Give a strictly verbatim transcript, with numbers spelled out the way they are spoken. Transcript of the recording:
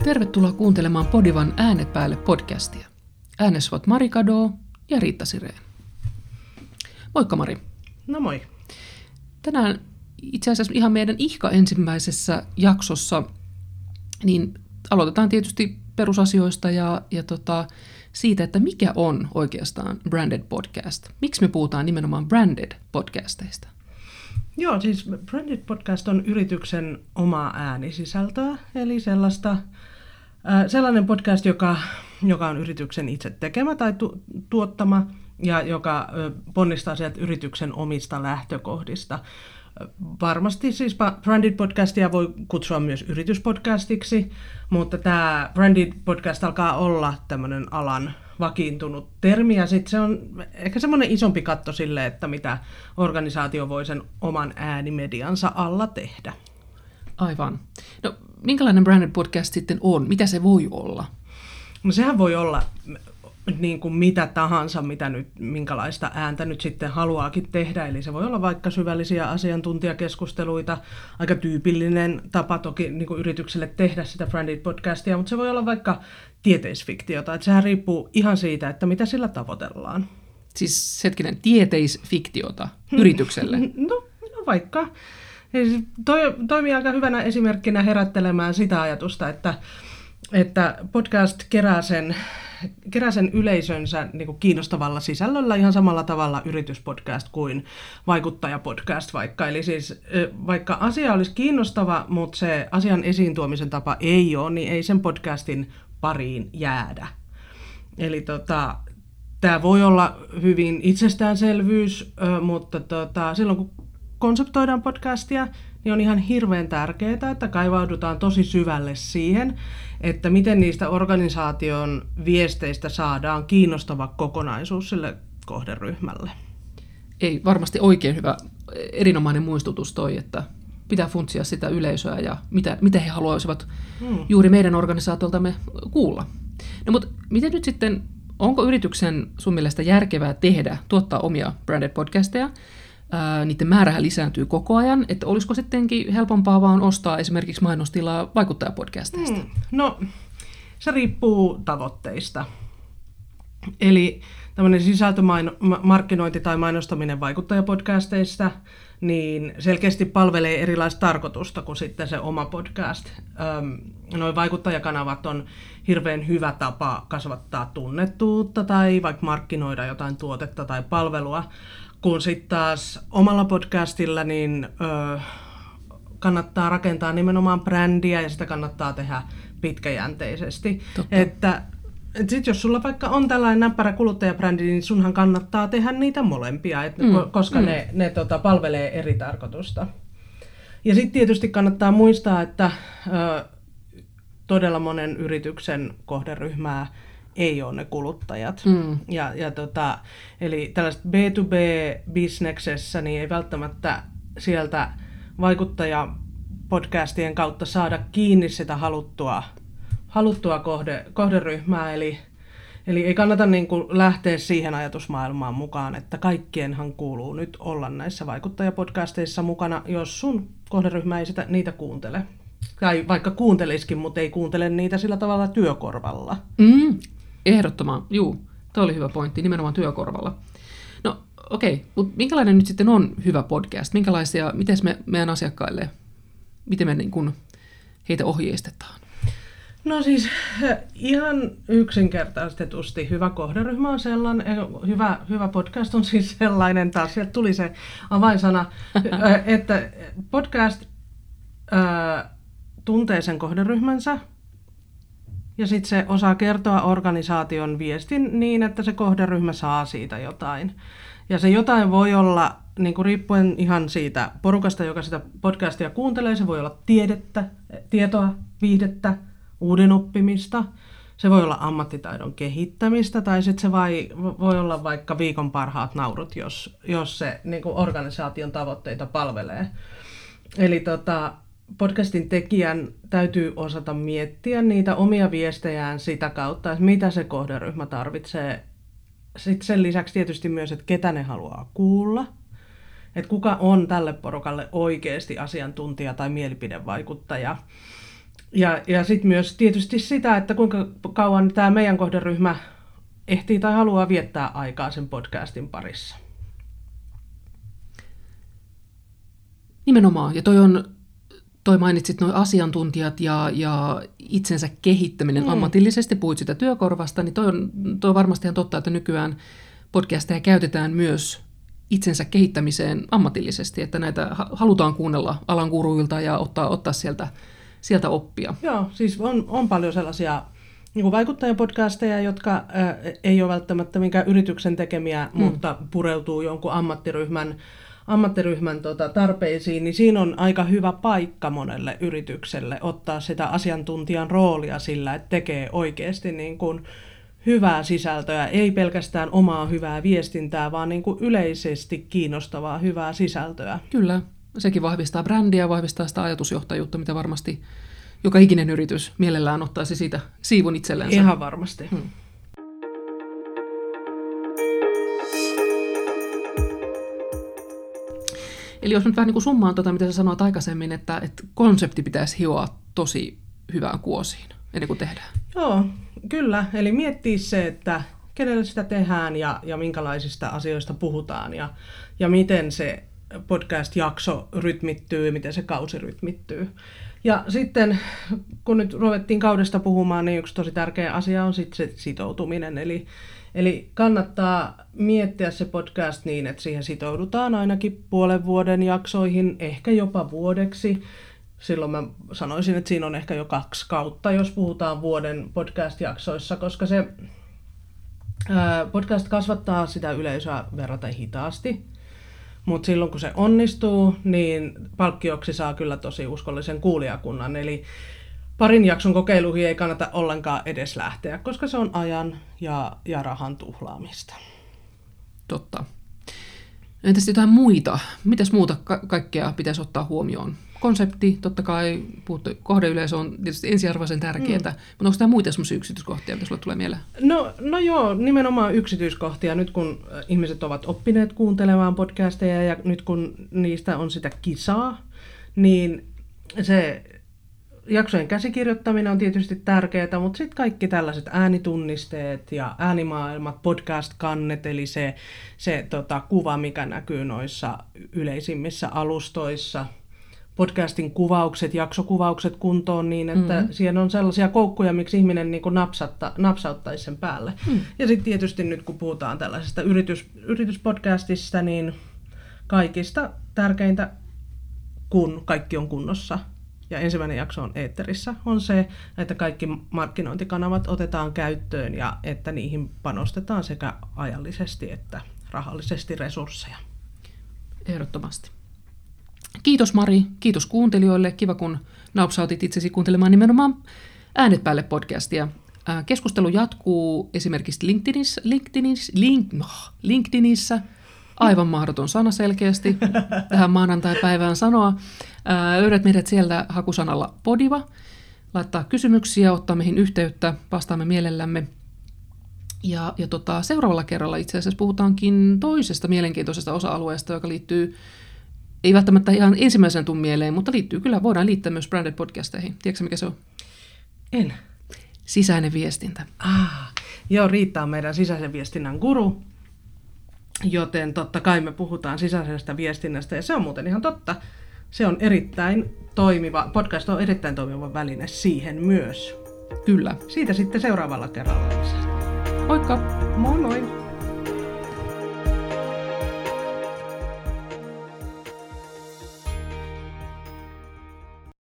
Tervetuloa kuuntelemaan Podivan Äänet päälle podcastia. Äänessä ovat Mari Kadoo ja Riitta Sireen. Moikka Mari. No moi. Tänään itse asiassa ihan meidän ihka ensimmäisessä jaksossa, niin aloitetaan tietysti perusasioista ja, ja tota, siitä, että mikä on oikeastaan branded podcast. Miksi me puhutaan nimenomaan branded podcasteista? Joo, siis branded podcast on yrityksen omaa äänisisältöä, eli sellaista, äh, sellainen podcast, joka, joka on yrityksen itse tekemä tai tu- tuottama ja joka äh, ponnistaa sieltä yrityksen omista lähtökohdista. Varmasti siis branded podcastia voi kutsua myös yrityspodcastiksi, mutta tämä branded podcast alkaa olla tämmöinen alan vakiintunut termi, ja sitten se on ehkä semmoinen isompi katto sille, että mitä organisaatio voi sen oman äänimediansa alla tehdä. Aivan. No, minkälainen branded podcast sitten on? Mitä se voi olla? No sehän voi olla niin kuin mitä tahansa, mitä nyt, minkälaista ääntä nyt sitten haluaakin tehdä. Eli se voi olla vaikka syvällisiä asiantuntijakeskusteluita, aika tyypillinen tapa toki niin kuin yritykselle tehdä sitä branded podcastia, mutta se voi olla vaikka tieteisfiktiota. Että sehän riippuu ihan siitä, että mitä sillä tavoitellaan. Siis hetkinen, tieteisfiktiota yritykselle? No, no vaikka. Toi, toimii aika hyvänä esimerkkinä herättelemään sitä ajatusta, että, että podcast kerää sen kerää sen yleisönsä niin kuin kiinnostavalla sisällöllä ihan samalla tavalla yrityspodcast kuin vaikuttajapodcast vaikka. Eli siis vaikka asia olisi kiinnostava, mutta se asian esiin tuomisen tapa ei ole, niin ei sen podcastin pariin jäädä. Eli tota, tämä voi olla hyvin itsestäänselvyys, mutta tota, silloin kun konseptoidaan podcastia, niin on ihan hirveän tärkeää, että kaivaudutaan tosi syvälle siihen, että miten niistä organisaation viesteistä saadaan kiinnostava kokonaisuus sille kohderyhmälle. Ei, varmasti oikein hyvä, erinomainen muistutus toi, että pitää funtsia sitä yleisöä ja mitä, mitä he haluaisivat hmm. juuri meidän organisaatioltamme kuulla. No mutta miten nyt sitten, onko yrityksen sun mielestä järkevää tehdä, tuottaa omia branded podcasteja? Ää, niiden määrähän lisääntyy koko ajan, että olisiko sittenkin helpompaa vaan ostaa esimerkiksi mainostilaa vaikuttajapodcasteista? Hmm. No, se riippuu tavoitteista. Eli tämmöinen sisältömarkkinointi tai mainostaminen vaikuttajapodcasteista, niin selkeästi palvelee erilaista tarkoitusta kuin sitten se oma podcast. Noi vaikuttajakanavat on hirveän hyvä tapa kasvattaa tunnettuutta tai vaikka markkinoida jotain tuotetta tai palvelua, kun sitten taas omalla podcastilla niin ö, kannattaa rakentaa nimenomaan brändiä ja sitä kannattaa tehdä pitkäjänteisesti. Totta. Että et sit jos sulla vaikka on tällainen näppärä kuluttajabrändi, niin sunhan kannattaa tehdä niitä molempia, et, mm. koska mm. ne, ne tota, palvelee eri tarkoitusta. Ja sitten tietysti kannattaa muistaa, että ö, todella monen yrityksen kohderyhmää ei ole ne kuluttajat. Mm. Ja, ja tota, eli tällaista B to B-bisneksessä niin ei välttämättä sieltä vaikuttajapodcastien kautta saada kiinni sitä haluttua, haluttua kohde, kohderyhmää. Eli, eli ei kannata niin kuin lähteä siihen ajatusmaailmaan mukaan, että kaikkienhan kuuluu nyt olla näissä vaikuttajapodcasteissa mukana, jos sun kohderyhmä ei sitä, niitä kuuntele. Tai vaikka kuuntelisikin, mutta ei kuuntele niitä sillä tavalla työkorvalla. Mm. Ehdottomaan, juu. Tuo oli hyvä pointti, nimenomaan työkorvalla. No okei, okay, mutta minkälainen nyt sitten on hyvä podcast? Minkälaisia, miten me meidän asiakkaille, miten me niin kun heitä ohjeistetaan? No siis ihan yksinkertaistetusti hyvä kohderyhmä on sellainen, hyvä, hyvä podcast on siis sellainen, taas sieltä tuli se avainsana, että podcast ää, tuntee sen kohderyhmänsä, ja sitten se osaa kertoa organisaation viestin niin, että se kohderyhmä saa siitä jotain. Ja se jotain voi olla, niin kuin riippuen ihan siitä porukasta, joka sitä podcastia kuuntelee, se voi olla tiedettä, tietoa, viihdettä, uuden oppimista. Se voi olla ammattitaidon kehittämistä, tai sitten se vai, voi olla vaikka viikon parhaat naurut, jos, jos se niin kuin organisaation tavoitteita palvelee. Eli tota... podcastin tekijän täytyy osata miettiä niitä omia viestejään sitä kautta, että mitä se kohderyhmä tarvitsee. Sitten sen lisäksi tietysti myös, että ketä ne haluaa kuulla. Että kuka on tälle porukalle oikeasti asiantuntija tai mielipidevaikuttaja. Ja, ja sitten myös tietysti sitä, että kuinka kauan tämä meidän kohderyhmä ehtii tai haluaa viettää aikaa sen podcastin parissa. Nimenomaan. Ja toi on, toi mainitsit nuo asiantuntijat ja, ja itsensä kehittäminen mm. ammatillisesti, puhuit sitä työkorvasta, niin toi on, toi on varmasti ihan totta, että nykyään podcasteja käytetään myös itsensä kehittämiseen ammatillisesti, että näitä halutaan kuunnella alan guruilta ja ottaa, ottaa sieltä, sieltä oppia. Joo, siis on, on paljon sellaisia niin vaikuttajapodcasteja, jotka ä, ei ole välttämättä minkään yrityksen tekemiä, mm. mutta pureutuu jonkun ammattiryhmän, ammattiryhmän tota, tarpeisiin, niin siinä on aika hyvä paikka monelle yritykselle ottaa sitä asiantuntijan roolia sillä, että tekee oikeasti niin kuin hyvää sisältöä, ei pelkästään omaa hyvää viestintää, vaan niin kuin yleisesti kiinnostavaa hyvää sisältöä. Kyllä, sekin vahvistaa brändiä, vahvistaa sitä ajatusjohtajuutta, mitä varmasti joka ikinen yritys mielellään ottaisi siitä siivun itsellensä. Ihan varmasti. Hmm. Eli jos nyt vähän niin kuin summaan tuota, mitä sä sanoit aikaisemmin, että, että konsepti pitäisi hioa tosi hyvään kuosiin ennen kuin tehdään. Joo, kyllä. Eli miettiä se, että kenelle sitä tehdään ja, ja minkälaisista asioista puhutaan ja, ja miten se podcast-jakso rytmittyy ja miten se kausi rytmittyy. Ja sitten, kun nyt ruvettiin kaudesta puhumaan, niin yksi tosi tärkeä asia on sitten se sitoutuminen. Eli, eli kannattaa miettiä se podcast niin, että siihen sitoudutaan ainakin puolen vuoden jaksoihin, ehkä jopa vuodeksi. Silloin mä sanoisin, että siinä on ehkä jo kaksi kautta, jos puhutaan vuoden podcast-jaksoissa, koska se ää, podcast kasvattaa sitä yleisöä verraten hitaasti. Mutta silloin kun se onnistuu, niin palkkioksi saa kyllä tosi uskollisen kuulijakunnan. Eli parin jakson kokeiluihin ei kannata ollenkaan edes lähteä, koska se on ajan ja, ja rahan tuhlaamista. Totta. Entäs jotain muita? Mitäs muuta ka- kaikkea pitäisi ottaa huomioon? Konsepti, totta kai, puhuttu, kohdeyleisö on tietysti ensiarvoisen tärkeää, mm. mutta onko tämä muita sellaisia yksityiskohtia, mitä sulle tulee mieleen? No, no joo, nimenomaan yksityiskohtia. Nyt kun ihmiset ovat oppineet kuuntelemaan podcasteja ja nyt kun niistä on sitä kisaa, niin se jaksojen käsikirjoittaminen on tietysti tärkeää, mutta sitten kaikki tällaiset äänitunnisteet ja äänimaailmat, podcast-kannet, eli se, se tota, kuva, mikä näkyy noissa yleisimmissä alustoissa, podcastin kuvaukset, jaksokuvaukset kuntoon niin, että mm-hmm. siellä on sellaisia koukkuja, miksi ihminen niin kuin napsatta, napsauttaisi sen päälle. Mm. Ja sitten tietysti nyt kun puhutaan tällaisesta yritys, yrityspodcastista, niin kaikista tärkeintä, kun kaikki on kunnossa ja ensimmäinen jakso on eetterissä, on se, että kaikki markkinointikanavat otetaan käyttöön ja että niihin panostetaan sekä ajallisesti että rahallisesti resursseja. Ehdottomasti. Kiitos Mari, kiitos kuuntelijoille. Kiva, kun napsautit itsesi kuuntelemaan nimenomaan Äänet päälle podcastia. Keskustelu jatkuu esimerkiksi LinkedInissä, LinkedInissä, link, no, LinkedInissä. Aivan mahdoton sana selkeästi tähän maanantai-päivään sanoa. Löydät meidät sieltä hakusanalla Podiva. Laittaa kysymyksiä, ottaa meihin yhteyttä, vastaamme mielellämme. Ja, ja tota, seuraavalla kerralla itse asiassa puhutaankin toisesta mielenkiintoisesta osa-alueesta, joka liittyy ei välttämättä ihan ensimmäisen tun mieleen, mutta liittyy kyllä, voidaan liittää myös branded podcasteihin. Tiedätkö mikä se on? En. Sisäinen viestintä. Ah, joo, Riitta on meidän sisäisen viestinnän guru, joten totta kai me puhutaan sisäisestä viestinnästä, ja se on muuten ihan totta. Se on erittäin toimiva, podcast on erittäin toimiva väline siihen myös. Kyllä. Siitä sitten seuraavalla kerralla. Moikka! Moi moi!